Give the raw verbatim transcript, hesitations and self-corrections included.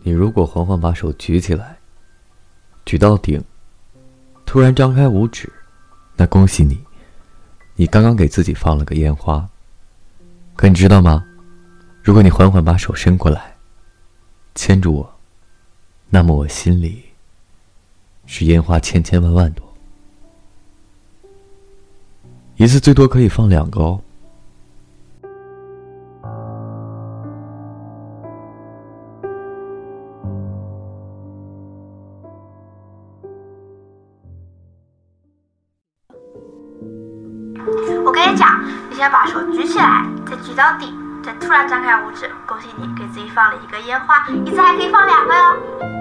你如果缓缓把手举起来，举到顶，突然张开五指，那恭喜你，你刚刚给自己放了个烟花。可你知道吗？如果你缓缓把手伸过来，牵住我，那么我心里是烟花千千万万朵，一次最多可以放两个哦。 我跟你讲，你先把手举起来，再举到底，再突然张开五指，恭喜你给自己放了一个烟花，一次还可以放两个哟。